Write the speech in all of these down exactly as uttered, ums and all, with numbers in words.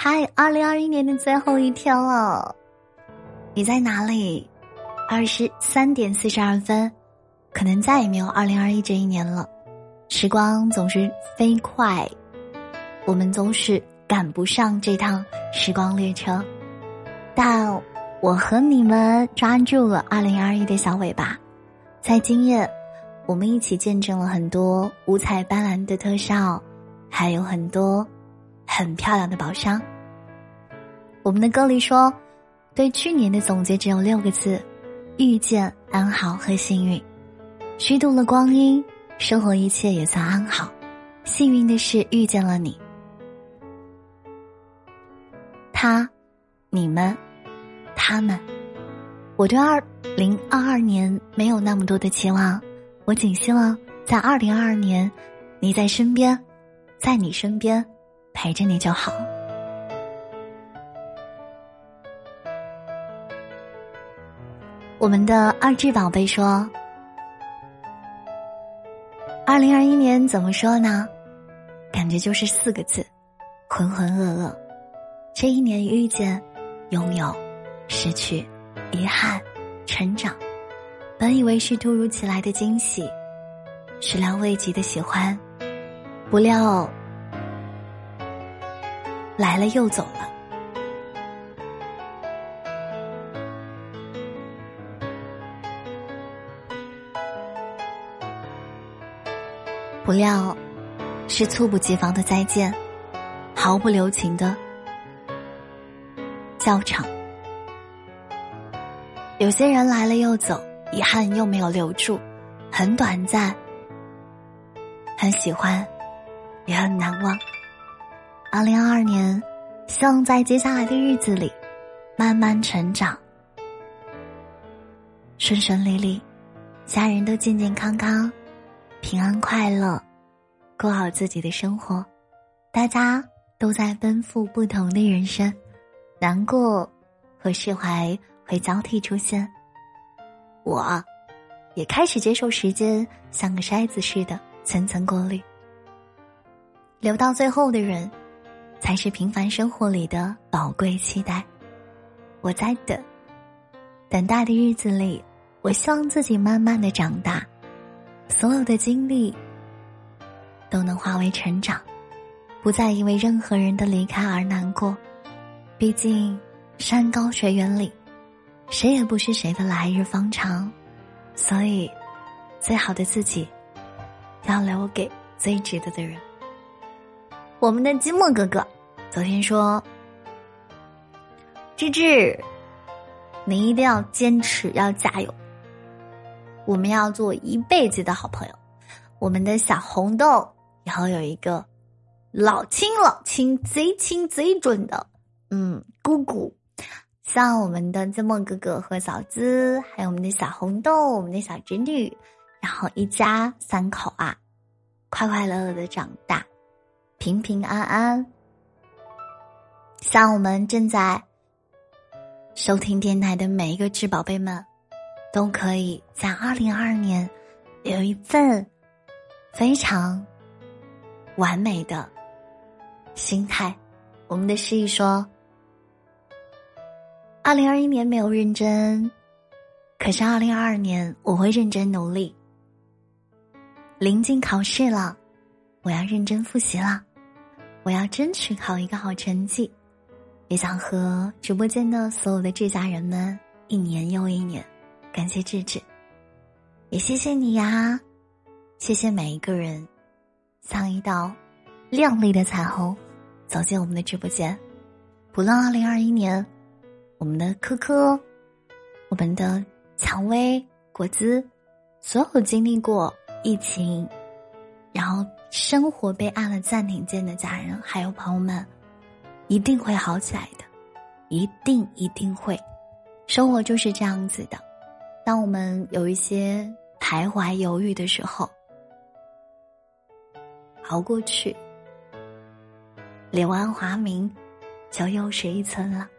嗨，二零二一年的最后一天了，你在哪里？二十三点四十二分，可能再也没有二零二一这一年了。时光总是飞快，我们总是赶不上这趟时光列车，但我和你们抓住了二零二一的小尾巴。在今夜，我们一起见证了很多五彩斑斓的特效，还有很多很漂亮的宝箱。我们的歌里说，对去年的总结只有六个字：遇见、安好和幸运。虚度了光阴，生活一切也算安好。幸运的是遇见了你，他、你们、他们。我对二零二二年没有那么多的期望，我仅希望在二零二二年，你在身边，在你身边陪着你就好。我们的二智宝贝说，二零二一年怎么说呢？感觉就是四个字：浑浑噩噩。这一年遇见、拥有、失去、遗憾、成长。本以为是突如其来的惊喜，始料未及的喜欢，不料来了又走了。不料是猝不及防的再见，毫不留情的交场。有些人来了又走，遗憾又没有留住，很短暂，很喜欢，也很难忘。二零二二年，希望在接下来的日子里慢慢成长，顺顺利利，家人都健健康康，平安快乐，过好自己的生活。大家都在奔赴不同的人生，难过和释怀会交替出现。我也开始接受时间像个筛子似的层层过滤，留到最后的人才是平凡生活里的宝贵期待。我在等等待的日子里，我希望自己慢慢的长大，所有的经历都能化为成长，不再因为任何人的离开而难过。毕竟山高水远里，谁也不是谁的来日方长，所以最好的自己要留给最值得的人。我们的寂寞哥哥昨天说，芝芝，你一定要坚持，要加油，我们要做一辈子的好朋友。我们的小红豆以后有一个老亲老亲贼亲贼准的嗯姑姑。像我们的寂寞哥哥和嫂子，还有我们的小红豆，我们的小侄女，然后一家三口啊，快快乐乐的长大，平平安安。像我们正在收听电台的每一个智宝贝们，都可以在二零二二年有一份非常完美的心态。我们的诗意说，二零二一年没有认真，可是二零二二年我会认真努力。临近考试了，我要认真复习了，我要争取考一个好成绩。也想和直播间的所有的智家人们一年又一年感谢智智，也谢谢你呀，谢谢每一个人像一道亮丽的彩虹走进我们的直播间。不论二零二一年我们的科科，我们的蔷薇、果子，所有经历过疫情然后生活被按了暂停键的家人还有朋友们，一定会好起来的，一定一定会。生活就是这样子的，当我们有一些徘徊犹豫的时候，熬过去，柳暗花明，就又是一村了。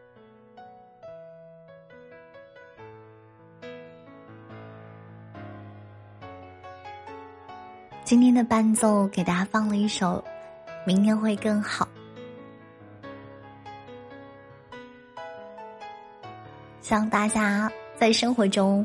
今天的伴奏给大家放了一首《明天会更好》， 希望大家在生活中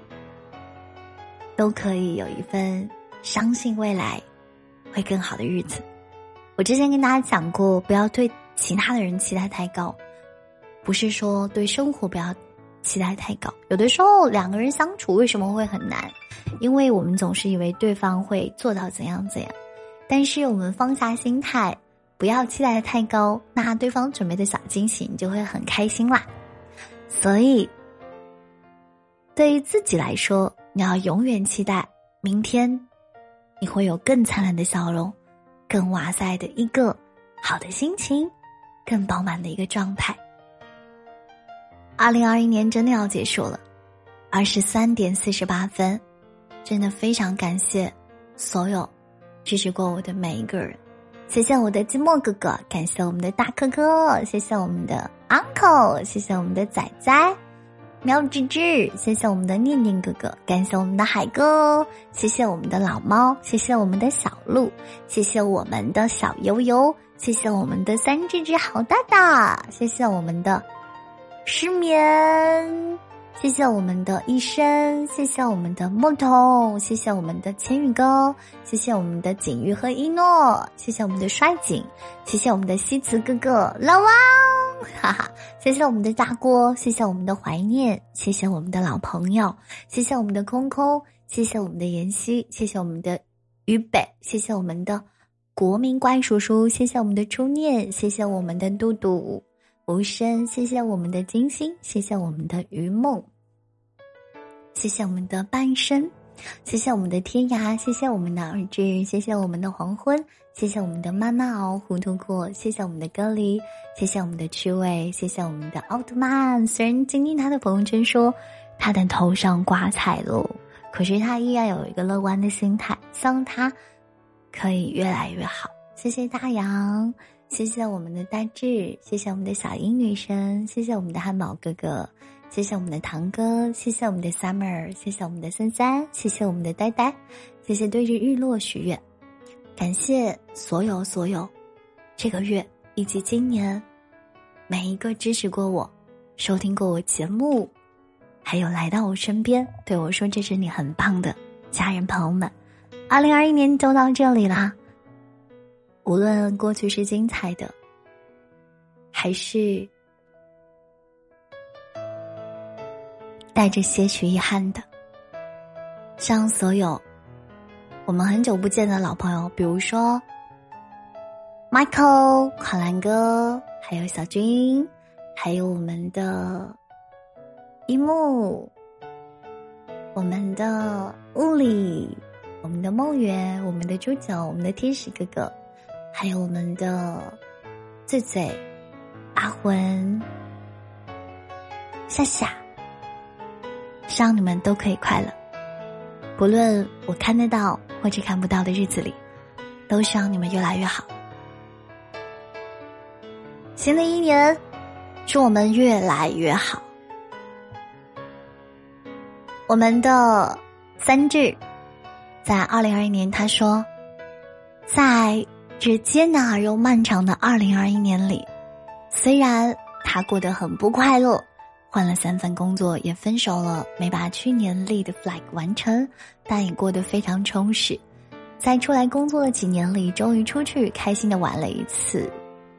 都可以有一份相信未来会更好的日子。我之前跟大家讲过，不要对其他的人期待太高，不是说对生活不要期待太高。有的时候两个人相处为什么会很难？因为我们总是以为对方会做到怎样怎样，但是我们放下心态，不要期待太高，那对方准备的小惊喜你就会很开心啦。所以对于自己来说，你要永远期待明天你会有更灿烂的笑容，更哇塞的一个好的心情，更饱满的一个状态。二零二一年真的要结束了，二十三点四十八分，真的非常感谢所有支持过我的每一个人。谢谢我的寂寞哥哥，感谢我们的大哥哥，谢谢我们的 uncle， 谢谢我们的仔仔喵吱吱，谢谢我们的念念哥哥，感谢我们的海哥，谢谢我们的老猫，谢谢我们的小鹿，谢谢我们的小悠悠，谢谢我们的三只只好大大，谢谢我们的失眠，谢谢我们的医生，谢谢我们的木桶，谢谢我们的千羽哥，谢谢我们的景玉和一诺，谢谢我们的衰景，谢谢我们的西辞哥哥老王，哈哈，谢谢我们的大锅，谢谢我们的怀念，谢谢我们的老朋友，谢谢我们的空空，谢谢我们的妍希，谢谢我们的渝北，谢谢我们的国民怪叔叔，谢谢我们的初念，谢谢我们的嘟嘟无声，谢谢我们的金星，谢谢我们的余梦，谢谢我们的半生，谢谢我们的天涯，谢谢我们的二志，谢谢我们的黄昏，谢谢我们的妈妈熬糊涂过，谢谢我们的歌里，谢谢我们的趣味，谢谢我们的奥特曼。虽然今天他的朋友圈说他的头上挂彩了，可是他依然有一个乐观的心态，希望他可以越来越好。谢谢大洋，谢谢我们的大志，谢谢我们的小英女神，谢谢我们的汉堡哥哥，谢谢我们的堂哥，谢谢我们的 Summer， 谢谢我们的森三，谢谢我们的呆呆，谢谢对着日落许愿，感谢所有所有这个月以及今年每一个支持过我、收听过我节目，还有来到我身边对我说这是你很棒的家人朋友们。二零二一年就到这里啦，无论过去是精彩的还是带着些许遗憾的，向所有我们很久不见的老朋友，比如说 Michael、款兰哥，还有小军，还有我们的一木，我们的物理，我们的梦圆，我们的猪九，我们的天使哥哥，还有我们的醉醉、阿魂、夏夏，希望你们都可以快乐，不论我看得到或者看不到的日子里，都希望你们越来越好。新的一年，祝我们越来越好。我们的三智在二零二一年他说，在这艰难而又漫长的二零二一年里，虽然他过得很不快乐，换了三份工作，也分手了，没把去年立的 flag 完成，但也过得非常充实。在出来工作的几年里，终于出去开心的玩了一次，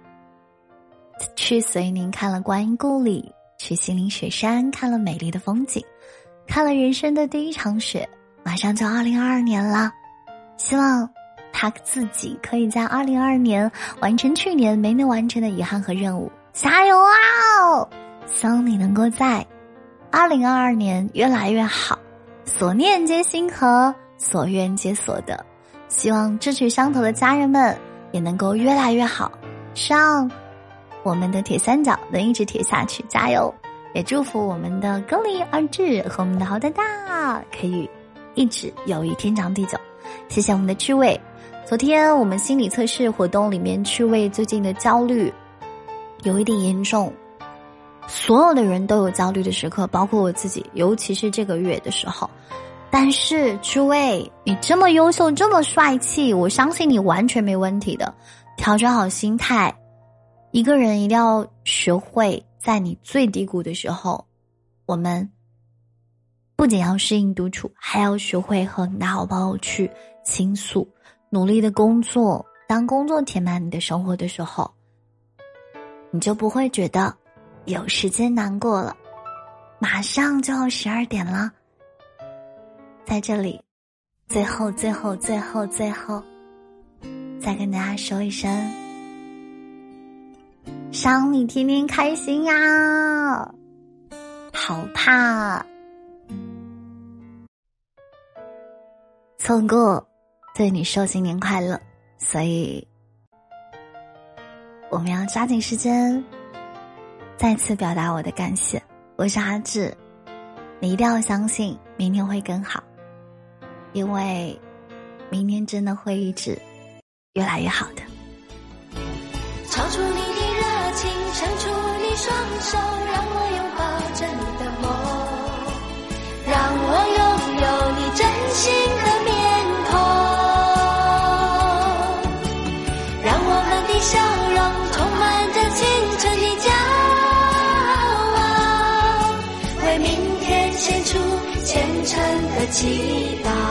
去遂宁看了观音故里，去西岭雪山看了美丽的风景，看了人生的第一场雪。马上就二零二二年了，希望他自己可以在二零二二年完成去年没能完成的遗憾和任务，加油啊！希望你能够在二零二二年越来越好，所念皆心和，所愿皆所得。希望志趣相投的家人们也能够越来越好，希望我们的铁三角能一直铁下去，加油！也祝福我们的歌里二志和我们的豪大大可以一直友谊天长地久。谢谢我们的趣味，昨天我们心理测试活动里面，趣味最近的焦虑有一点严重，所有的人都有焦虑的时刻，包括我自己，尤其是这个月的时候。但是趣味，你这么优秀，这么帅气，我相信你完全没问题的。调整好心态，一个人一定要学会在你最低谷的时候我们不仅要适应独处，还要学会和你的好朋友去倾诉，努力的工作。当工作填满你的生活的时候，你就不会觉得有时间难过了。马上就要十二点了，在这里，最后最后最后最后，再跟大家说一声，想你天天开心呀，好怕错过对你说新年快乐，所以我们要抓紧时间再次表达我的感谢。我是阿志，你一定要相信明天会更好，因为明天真的会一直越来越好的。 超出你的热情，伸出你双手，让我拥抱着你的梦，让我拥有你真心的面孔，让我们的笑容充满着青春的骄傲，为明天献出虔诚的祈祷。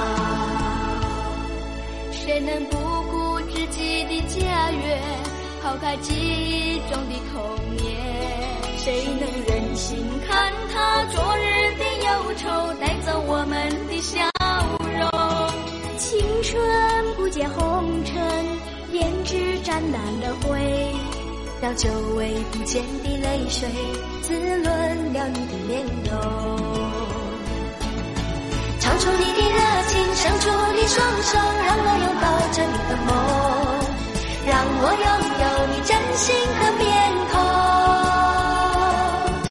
谁能不顾自己的家园，抛开记忆中的童年？谁能忍心看他昨日的忧愁带走我们的笑容？青春不见红尘，胭脂沾染了灰，让久违不见的泪水滋润了你的面容。唱出你的热情，伸出你双手，让我拥抱着你的梦，让我拥有你真心